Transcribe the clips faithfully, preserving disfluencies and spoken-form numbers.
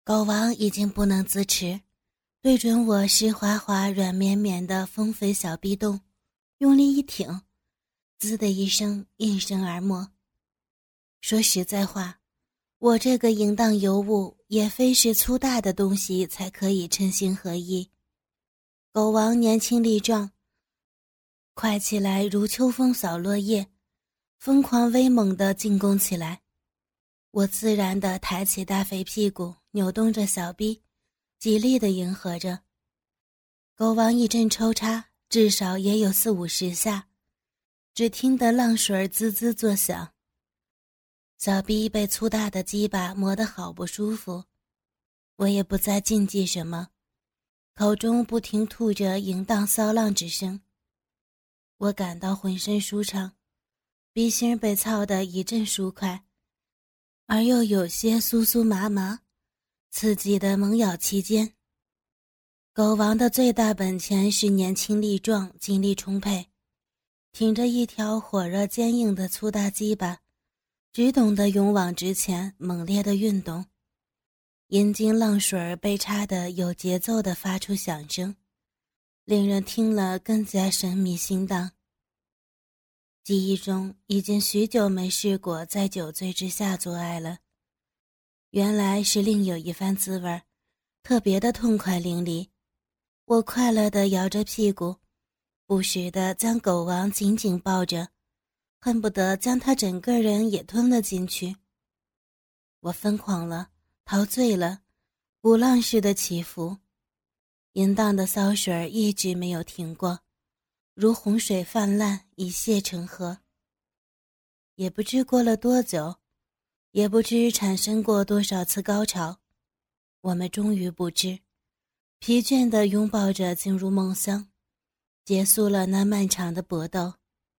狗王已经不能自持，对准我湿滑滑软绵绵的丰肥小臂洞用力一挺，滋的一声应声而没。说实在话，我这个淫荡尤物也非是粗大的东西才可以称心合意。狗王年轻力壮，快起来如秋风扫落叶，疯狂威猛地进攻起来。我自然地抬起大肥屁股，扭动着小臂，极力地迎合着。狗王一阵抽插，至少也有四五十下，只听得浪水滋滋作响。小臂被粗大的鸡巴磨得好不舒服，我也不再禁忌什么，口中不停吐着淫荡骚浪之声。我感到浑身舒畅，鼻心被操得一阵舒快，而又有些酥酥麻麻，刺激的猛咬其间。狗王的最大本钱是年轻力壮，精力充沛，挺着一条火热坚硬的粗大鸡巴，只懂得勇往直前，猛烈的运动。阴茎浪水被插得有节奏地发出响声，令人听了更加神迷心荡。记忆中已经许久没试过在酒醉之下做爱了，原来是另有一番滋味，特别的痛快淋漓。我快乐地摇着屁股，不时地将狗王紧紧抱着，恨不得将他整个人也吞了进去。我疯狂了，陶醉了，鼓浪似的起伏，淫荡的骚水一直没有停过，如洪水泛滥，一泻成河。也不知过了多久，也不知产生过多少次高潮，我们终于不知，疲倦地拥抱着进入梦乡，结束了那漫长的搏斗。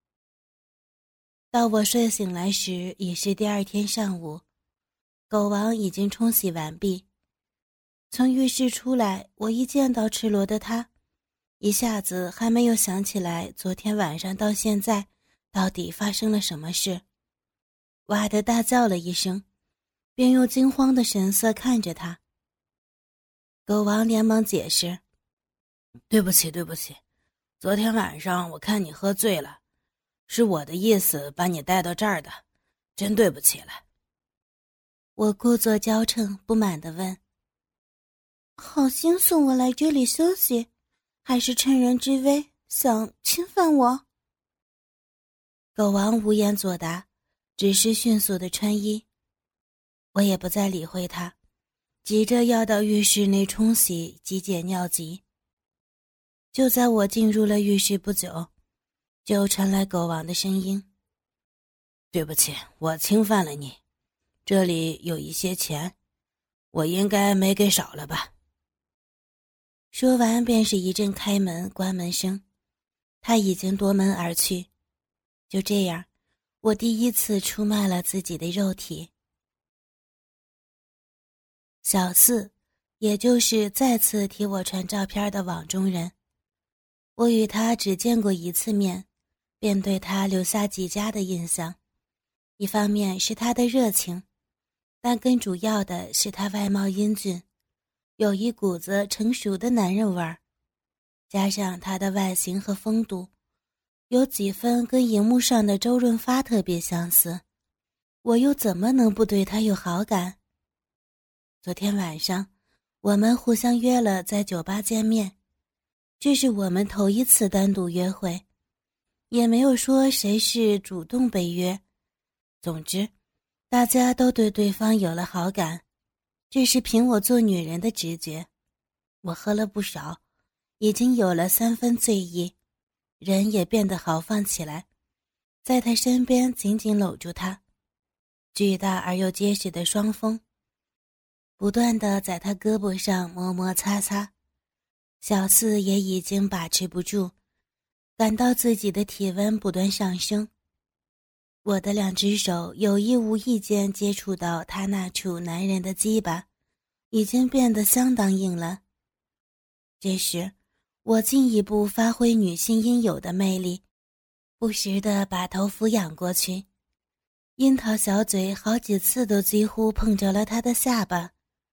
到我睡醒来时，已是第二天上午，狗王已经冲洗完毕。从浴室出来，我一见到赤裸的他，一下子还没有想起来昨天晚上到现在到底发生了什么事，哇地大叫了一声，便用惊慌的神色看着他。狗王连忙解释： 对不起对不起，昨天晚上我看你喝醉了，是我的意思把你带到这儿的，真对不起了。 我故作娇嗔，不满地问：好心送我来这里休息，还是趁人之危想侵犯我？狗王无言作答，只是迅速地穿衣。我也不再理会他，急着要到浴室内冲洗及解尿急。就在我进入了浴室不久，就传来狗王的声音： 对不起，我侵犯了你，这里有一些钱，我应该没给少了吧。 说完便是一阵开门关门声，他已经夺门而去。就这样，我第一次出卖了自己的肉体。小四，也就是再次替我传照片的网中人，我与他只见过一次面，便对他留下极佳的印象。一方面是他的热情，但更主要的是他外貌英俊，有一股子成熟的男人味儿，加上他的外形和风度，有几分跟荧幕上的周润发特别相似，我又怎么能不对他有好感？昨天晚上，我们互相约了在酒吧见面，这是我们头一次单独约会，也没有说谁是主动被约。总之，大家都对对方有了好感，这是凭我做女人的直觉。我喝了不少，已经有了三分醉意，人也变得豪放起来，在他身边紧紧搂住他，巨大而又结实的双峰不断地在他胳膊上摩摩擦擦。小四也已经把持不住，感到自己的体温不断上升。我的两只手有意无意间接触到他那处男人的鸡巴，已经变得相当硬了。这时，我进一步发挥女性应有的魅力，不时地把头俯仰过去，樱桃小嘴好几次都几乎碰着了他的下巴。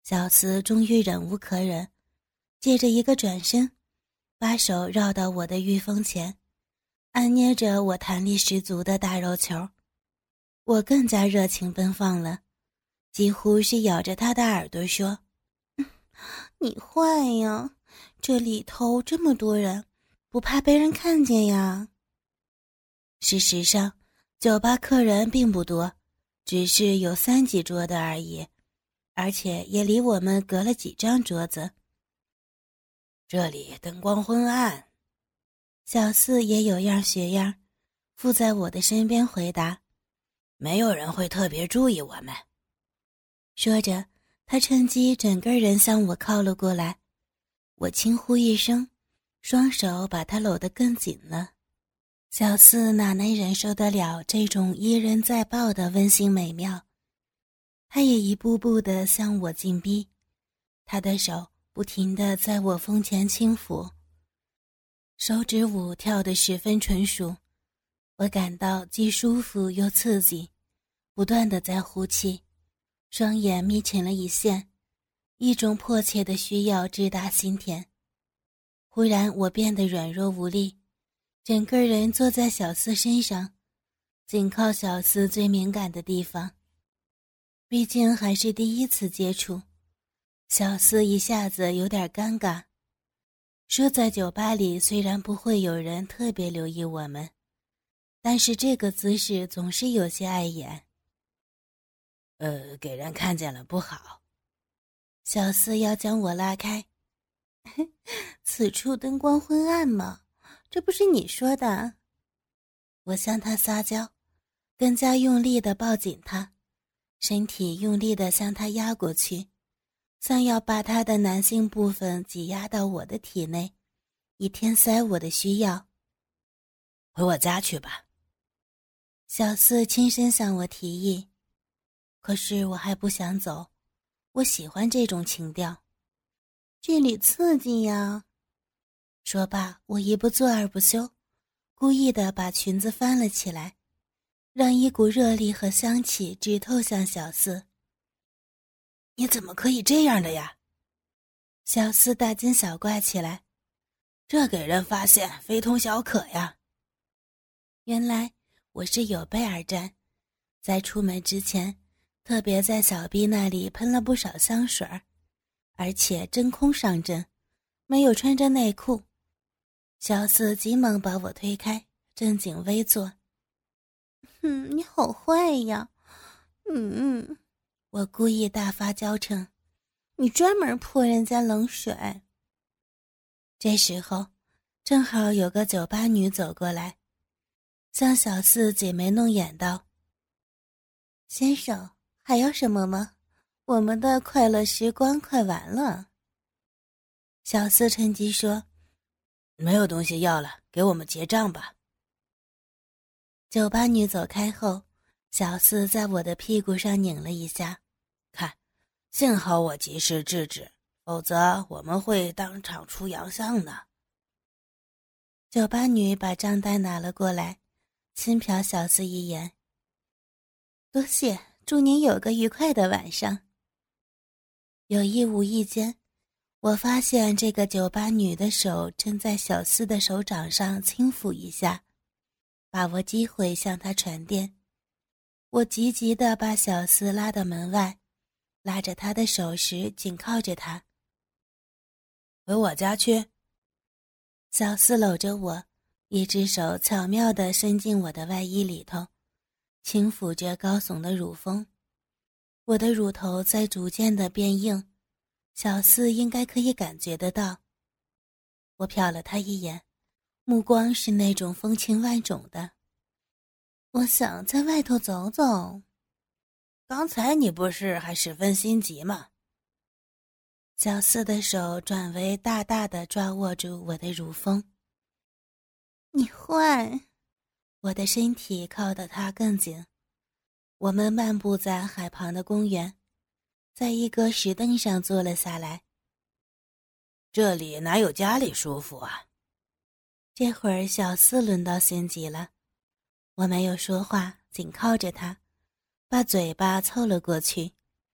小厮终于忍无可忍，借着一个转身，把手绕到我的玉峰前，按捏着我弹力十足的大肉球。我更加热情奔放了，几乎是咬着他的耳朵说：你坏呀，这里头这么多人，不怕被人看见呀？事实上，酒吧客人并不多，只是有三几桌的而已，而且也离我们隔了几张桌子。 这里灯光昏暗。 小四也有样学样，附在我的身边回答： 没有人会特别注意我们。 说着，他趁机整个人向我靠了过来，我轻呼一声，双手把他搂得更紧了。小四哪能忍受得了这种一人在抱的温馨美妙，他也一步步地向我进逼，他的手不停地在我胸前轻抚，手指舞跳得十分纯熟，我感到既舒服又刺激，不断地在呼气，双眼眯成了一线，一种迫切的需要直达心田。忽然我变得软弱无力，整个人坐在小四身上，紧靠小四最敏感的地方。毕竟还是第一次接触，小四一下子有点尴尬。说在酒吧里虽然不会有人特别留意我们，但是这个姿势总是有些碍眼。 呃，给人看见了不好。 小四要将我拉开。此处灯光昏暗吗？这不是你说的。我向他撒娇，更加用力地抱紧他，身体用力地向他压过去，像要把他的男性部分挤压到我的体内，以填塞我的需要。 回我家去吧。 小四轻声向我提议，可是我还不想走，我喜欢这种情调。这里刺激呀！说罢，我一不做二不休，故意地把裙子翻了起来，让一股热力和香气直透向小四。 你怎么可以这样的呀？ 小四大惊小怪起来， 这给人发现非同小可呀。 原来我是有备而战，在出门之前特别在小臂那里喷了不少香水，而且真空上阵，没有穿着内裤。小四急忙把我推开，正襟危坐。嗯，你好坏呀！嗯，我故意大发娇嗔，你专门泼人家冷水。这时候，正好有个酒吧女走过来，向小四挤眉弄眼道：先生，还要什么吗？我们的快乐时光快完了。小四趁机说： 没有东西要了，给我们结账吧。 酒吧女走开后，小四在我的屁股上拧了一下， 看，幸好我及时制止，否则我们会当场出洋相的。 酒吧女把账单拿了过来，轻瞟小四一眼。多谢，祝您有个愉快的晚上。有意无意间，我发现这个酒吧女的手正在小四的手掌上轻抚一下，把握机会向她传电。我急急地把小四拉到门外，拉着她的手时紧靠着她。 回我家去。 小四搂着我，一只手巧妙地伸进我的外衣里头，轻抚着高耸的乳峰。我的乳头在逐渐地变硬，小四应该可以感觉得到。我瞟了他一眼，目光是那种风情万种的。我想在外头走走。 刚才你不是还十分心急吗？ 小四的手转为大大的抓握住我的乳峰。你坏！我的身体靠得他更紧。我们漫步在海旁的公园，在一个石凳上坐了下来。 这里哪有家里舒服啊？ 这会儿小四轮到心急了，我没有说话，紧靠着他，把嘴巴凑了过去，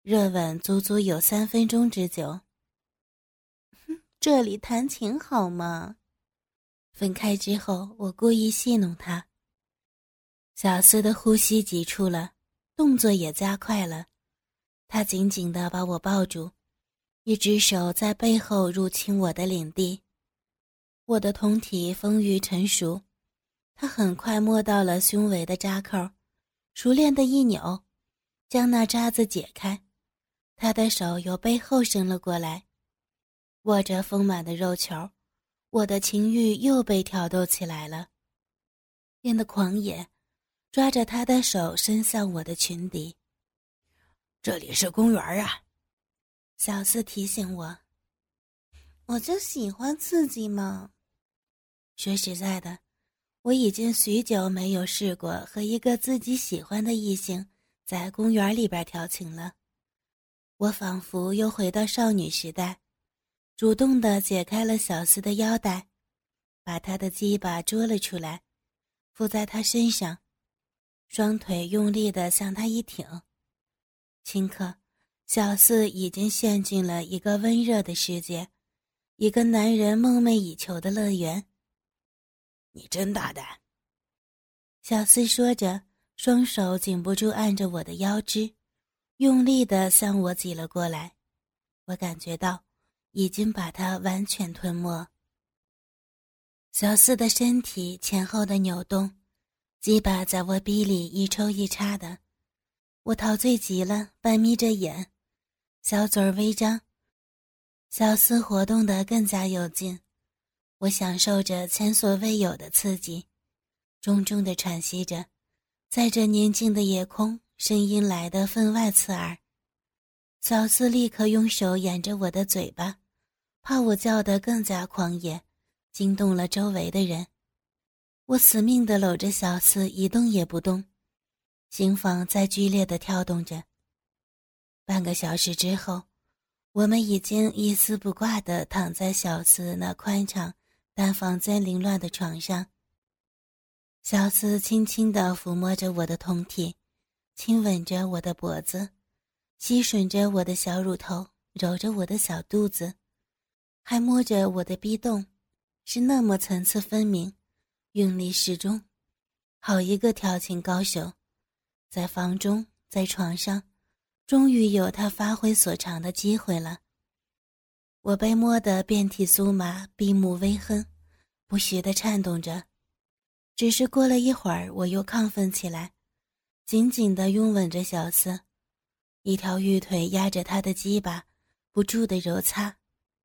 热吻足足有三分钟之久。这里弹琴好吗？分开之后，我故意戏弄他。小厮的呼吸急促了，动作也加快了。他紧紧地把我抱住，一只手在背后入侵我的领地。我的胴体丰腴成熟，他很快摸到了胸围的扎扣，熟练地一扭，将那扎子解开。他的手由背后伸了过来，握着丰满的肉球，我的情欲又被挑逗起来了，变得狂野，抓着他的手伸向我的裙底。 这里是公园啊， 小厮提醒我。我就喜欢刺激嘛。说实在的，我已经许久没有试过和一个自己喜欢的异性在公园里边调情了。我仿佛又回到少女时代，主动地解开了小厮的腰带，把他的鸡巴捉了出来，附在他身上，双腿用力地向他一挺。顷刻，小厮已经陷进了一个温热的世界，一个男人梦寐以求的乐园。 你真大胆， 小厮说着，双手禁不住按着我的腰肢，用力地向我挤了过来。我感觉到已经把他完全吞没。小厮的身体前后的扭动，鸡巴在我逼里一抽一插的。我陶醉极了，半眯着眼，小嘴儿微张，小厮活动得更加有劲。我享受着前所未有的刺激，重重地喘息着，在这宁静的夜空，声音来得分外刺耳。小厮立刻用手掩着我的嘴巴，怕我叫得更加狂野，惊动了周围的人。我死命地搂着小厮，一动也不动，心房在剧烈地跳动着。半个小时之后，我们已经一丝不挂地躺在小厮那宽敞但房间凌乱的床上。小厮轻轻地抚摸着我的胴体，亲吻着我的脖子，吸吮着我的小乳头，揉着我的小肚子，还摸着我的逼洞，是那么层次分明，韵律适中，好一个调情高手。在房中，在床上，终于有他发挥所长的机会了。我被摸得遍体酥麻，闭目微哼，不时地颤动着。只是过了一会儿，我又亢奋起来，紧紧地拥吻着小厮，一条玉腿压着他的鸡巴，不住地揉擦。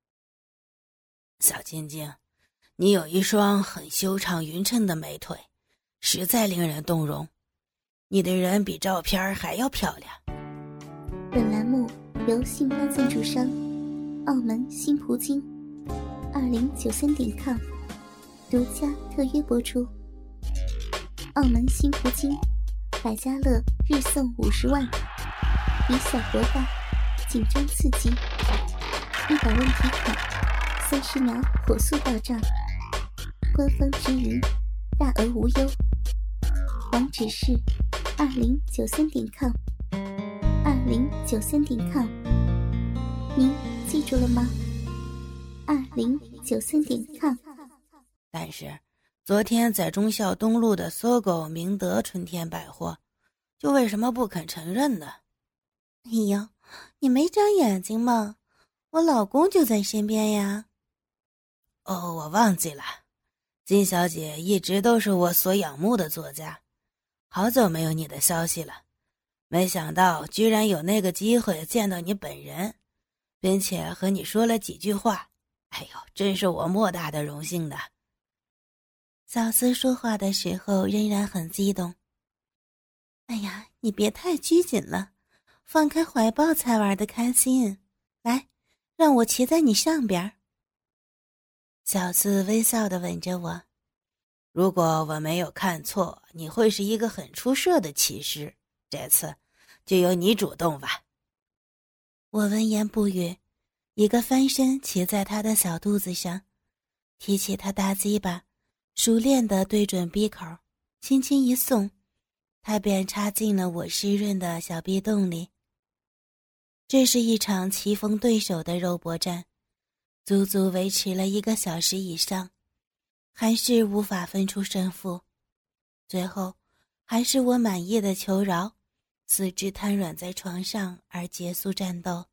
小晶晶，你有一双很修长匀称的美腿，实在令人动容。你的人比照片还要漂亮。 本栏目由信发赞助商澳门新葡京二零九三点 com 独家特约播出。澳门新葡京百家乐日送五十万，以小博大，紧张刺激，一百问提款，三十秒火速到账，官方直营，大额无忧。网址是二零九三点 com， 二零九三点 com， 您记住了吗？二零九三点 com。 但是昨天在忠孝东路的搜狗明德春天百货，就为什么不肯承认呢？ 哎呀，你没长眼睛吗？我老公就在身边呀。 哦，我忘记了，金小姐一直都是我所仰慕的作家，好久没有你的消息了，没想到居然有那个机会见到你本人，并且和你说了几句话，哎呦，真是我莫大的荣幸的。 小厮说话的时候仍然很激动。哎呀，你别太拘谨了，放开怀抱才玩得开心。来，让我骑在你上边。小厮微笑地吻着我。 如果我没有看错，你会是一个很出色的骑士，这次就由你主动吧。 我闻言不语，一个翻身骑在他的小肚子上，提起他大鸡巴，熟练地对准鼻口，轻轻一送，他便插进了我湿润的小逼洞里。 这是一场棋逢对手的肉搏战，足足维持了一个小时以上，还是无法分出胜负。最后还是我满意的求饶，四肢瘫软在床上而结束战斗。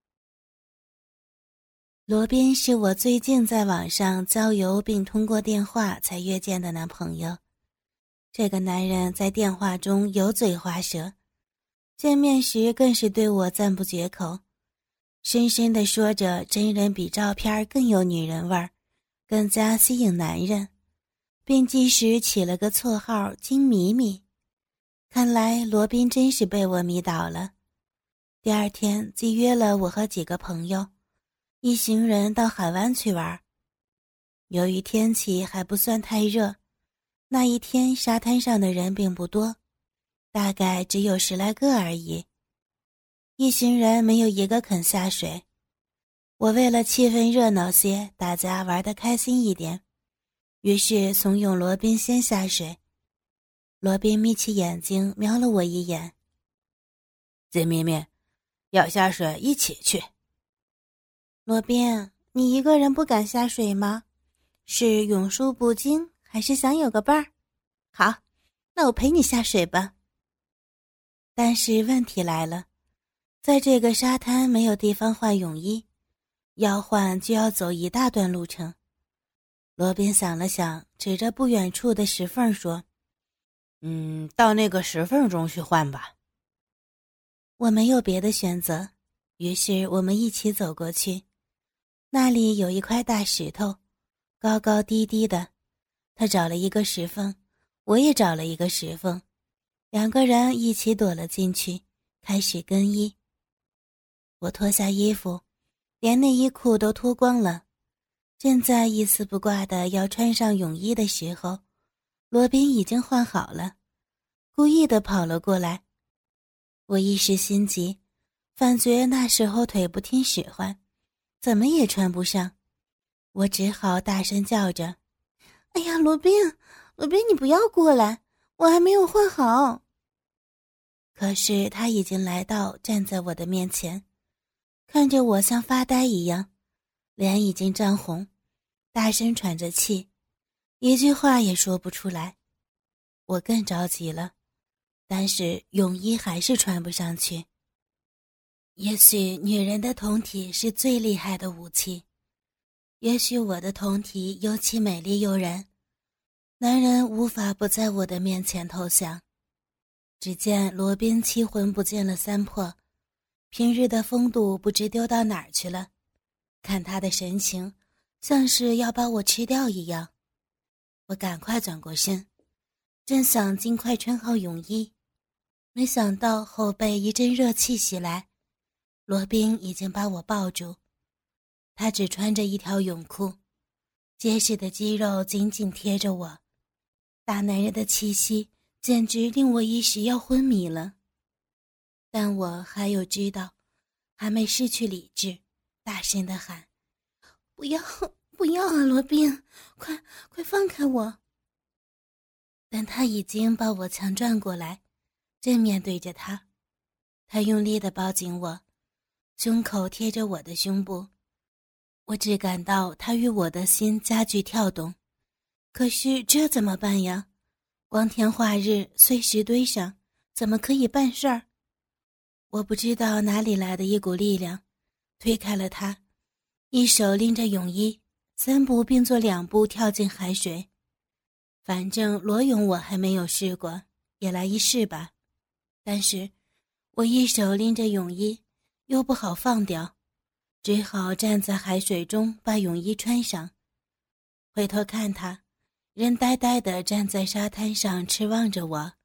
罗宾是我最近在网上交友并通过电话才约见的男朋友。这个男人在电话中油嘴滑舌，见面时更是对我赞不绝口，深深地说着真人比照片更有女人味儿，更加吸引男人，并即时起了个绰号金米米。看来罗宾真是被我迷倒了。第二天即约了我和几个朋友，一行人到海湾去玩。由于天气还不算太热，那一天沙滩上的人并不多，大概只有十来个而已。一行人没有一个肯下水。我为了气氛热闹些，大家玩得开心一点，于是怂恿罗宾先下水。罗宾眯起眼睛瞄了我一眼： 金咪咪，要下水一起去。 罗宾，你一个人不敢下水吗？是永疏不惊，还是想有个伴儿？好，那我陪你下水吧。但是问题来了，在这个沙滩没有地方换泳衣，要换就要走一大段路程。罗宾想了想，指着不远处的石缝说： 嗯，到那个石缝中去换吧。 我没有别的选择，于是我们一起走过去。那里有一块大石头，高高低低的，他找了一个石缝，我也找了一个石缝，两个人一起躲了进去，开始更衣。我脱下衣服，连内衣裤都脱光了，正在一丝不挂的要穿上泳衣的时候，罗宾已经换好了，故意的跑了过来。我一时心急，反觉那时候腿不听使唤，怎么也穿不上，我只好大声叫着：哎呀，罗宾，罗宾，你不要过来，我还没有换好。可是他已经来到，站在我的面前，看着我像发呆一样，脸已经涨红，大声喘着气，一句话也说不出来。我更着急了，但是泳衣还是穿不上去。也许女人的胴体是最厉害的武器，也许我的胴体尤其美丽诱人，男人无法不在我的面前投降。只见罗宾七魂不见了三魄，平日的风度不知丢到哪儿去了，看他的神情像是要把我吃掉一样。我赶快转过身，正想尽快穿好泳衣，没想到后背一阵热气袭来，罗宾已经把我抱住。他只穿着一条泳裤，结实的肌肉紧紧贴着我，大男人的气息简直令我一时要昏迷了。但我还有知道，还没失去理智，大声地喊：不要，不要啊，罗宾，快快放开我。但他已经把我强转过来，正面对着他。他用力地抱紧我，胸口贴着我的胸部。我只感到他与我的心加剧跳动，可是这怎么办呀？光天化日，碎石堆上，怎么可以办事儿？我不知道哪里来的一股力量，推开了他，一手拎着泳衣，三步并作两步跳进海水。反正裸泳我还没有试过，也来一试吧。但是我一手拎着泳衣，又不好放掉，只好站在海水中把泳衣穿上。回头看他，人呆呆地站在沙滩上痴望着我。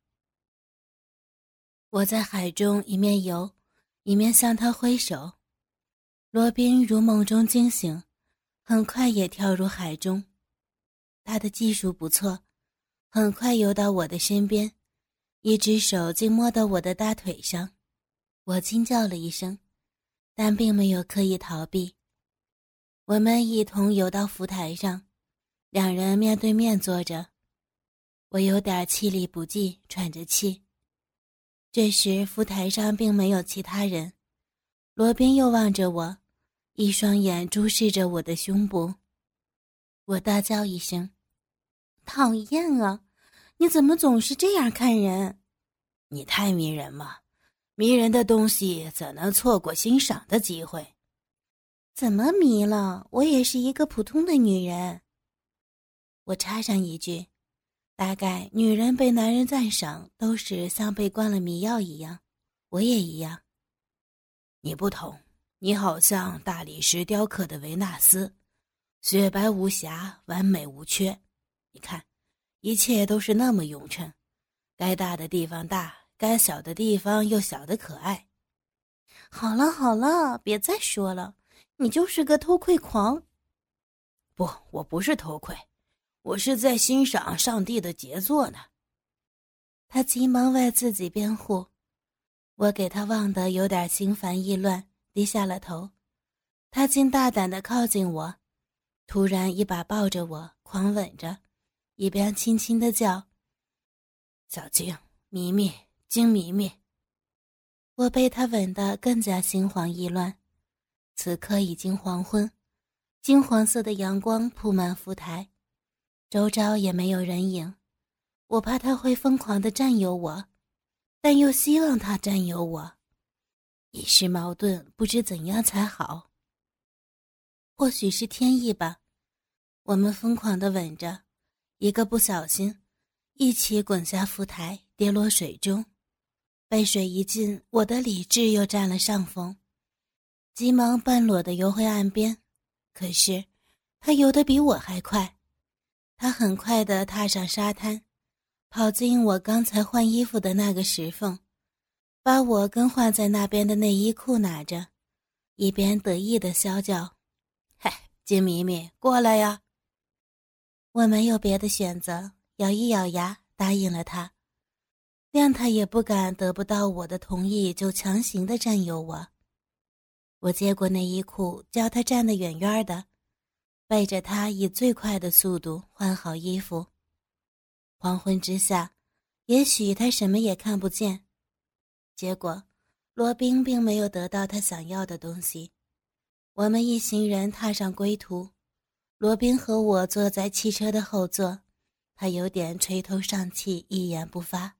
我在海中一面游，一面向他挥手。罗宾如梦中惊醒，很快也跳入海中。他的技术不错，很快游到我的身边，一只手竟摸到我的大腿上。我惊叫了一声，但并没有刻意逃避。我们一同游到浮台上，两人面对面坐着。我有点气力不济，喘着气。这时浮台上并没有其他人， 罗宾又望着我，一双眼注视着我的胸部。我大叫一声：讨厌啊，你怎么总是这样看人？ 你太迷人嘛，迷人的东西怎能错过欣赏的机会？ 怎么迷了？我也是一个普通的女人。我插上一句，大概女人被男人赞赏都是像被灌了迷药一样，我也一样。 你不同，你好像大理石雕刻的维纳斯，雪白无瑕，完美无缺。你看，一切都是那么匀称，该大的地方大，该小的地方又小得可爱。 好了好了，别再说了，你就是个偷窥狂。 不，我不是偷窥，我是在欣赏上帝的杰作呢。 他急忙为自己辩护，我给他望得有点心烦意乱，低下了头。他竟大胆地靠近我，突然一把抱着我，狂吻着，一边轻轻地叫： 小静，咪咪，静咪咪。 我被他吻得更加心慌意乱。此刻已经黄昏，金黄色的阳光铺满浮台，周遭也没有人影。我怕他会疯狂地占有我，但又希望他占有我，一时矛盾，不知怎样才好。或许是天意吧，我们疯狂地吻着，一个不小心，一起滚下浮台，跌落水中。被水一浸，我的理智又占了上风，急忙半裸地游回岸边。可是他游得比我还快，他很快地踏上沙滩，跑进我刚才换衣服的那个石缝，把我更换在那边的内衣裤拿着，一边得意地啸叫： 嗨，金咪咪，过来呀！ 我没有别的选择，咬一咬牙答应了他，谅他也不敢得不到我的同意就强行地占有我。我接过内衣裤，叫他站得远远的，背着他以最快的速度换好衣服。黄昏之下，也许他什么也看不见。结果罗宾并没有得到他想要的东西。我们一行人踏上归途，罗宾和我坐在汽车的后座，他有点垂头丧气，一言不发。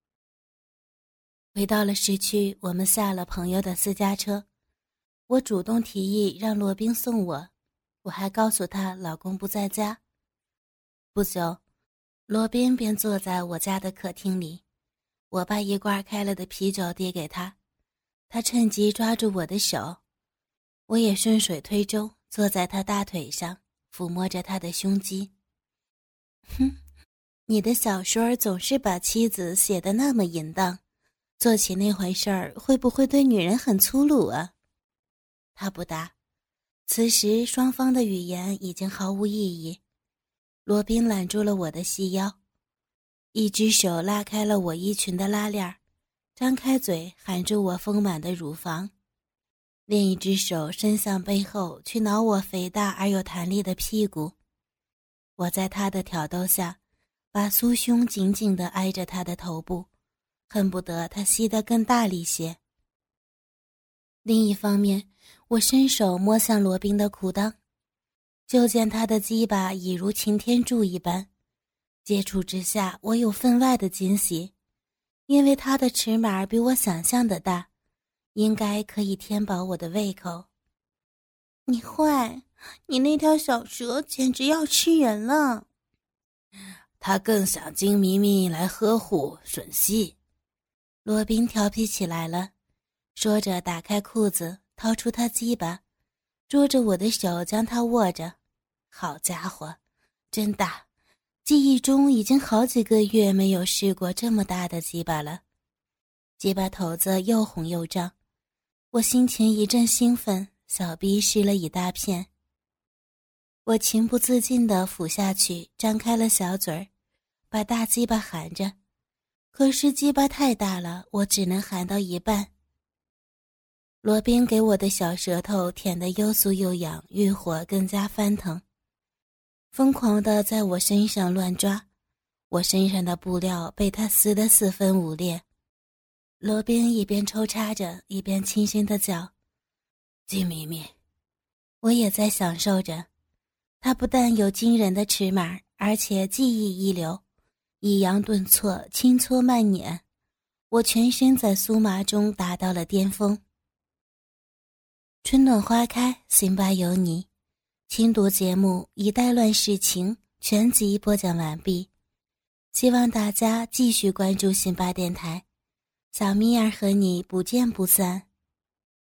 回到了市区，我们下了朋友的私家车。我主动提议让罗宾送我，我还告诉他老公不在家。不久，罗宾便坐在我家的客厅里，我把一罐开了的啤酒递给他，他趁机抓住我的手，我也顺水推舟坐在他大腿上，抚摸着他的胸肌。哼，你的小说总是把妻子写得那么淫荡，做起那回事儿会不会对女人很粗鲁啊？他不答。此时双方的语言已经毫无意义。罗宾揽住了我的细腰，一只手拉开了我衣裙的拉链，张开嘴含住我丰满的乳房，另一只手伸向背后去挠我肥大而有弹力的屁股。我在他的挑逗下，把酥胸紧紧地挨着他的头部，恨不得他吸得更大力些。另一方面，我伸手摸向罗宾的裤裆，就见他的鸡巴已如擎天柱一般，接触之下我有分外的惊喜，因为他的尺码比我想象的大，应该可以填饱我的胃口。你坏，你那条小蛇简直要吃人了。 他更想金咪咪来呵护吮吸。 罗宾调皮起来了，说着打开裤子，掏出他鸡巴，捉着我的手将它握着。好家伙，真大！记忆中已经好几个月没有试过这么大的鸡巴了。鸡巴头子又红又胀，我心情一阵兴奋，小臂湿了一大片。我情不自禁地俯下去，张开了小嘴儿，把大鸡巴含着。可是鸡巴太大了，我只能含到一半。罗宾给我的小舌头舔得又酥又痒，欲火更加翻腾，疯狂地在我身上乱抓，我身上的布料被他撕得四分五裂。罗宾一边抽插着，一边轻声地叫： 金咪咪， 我也在享受着。他不但有惊人的尺码，而且技艺一流，抑扬顿挫，轻搓慢捻，我全身在酥麻中达到了巅峰。春暖花开，辛巴有你。轻读节目《一代乱世情》全集播讲完毕，希望大家继续关注辛巴电台，小咪儿和你不见不散。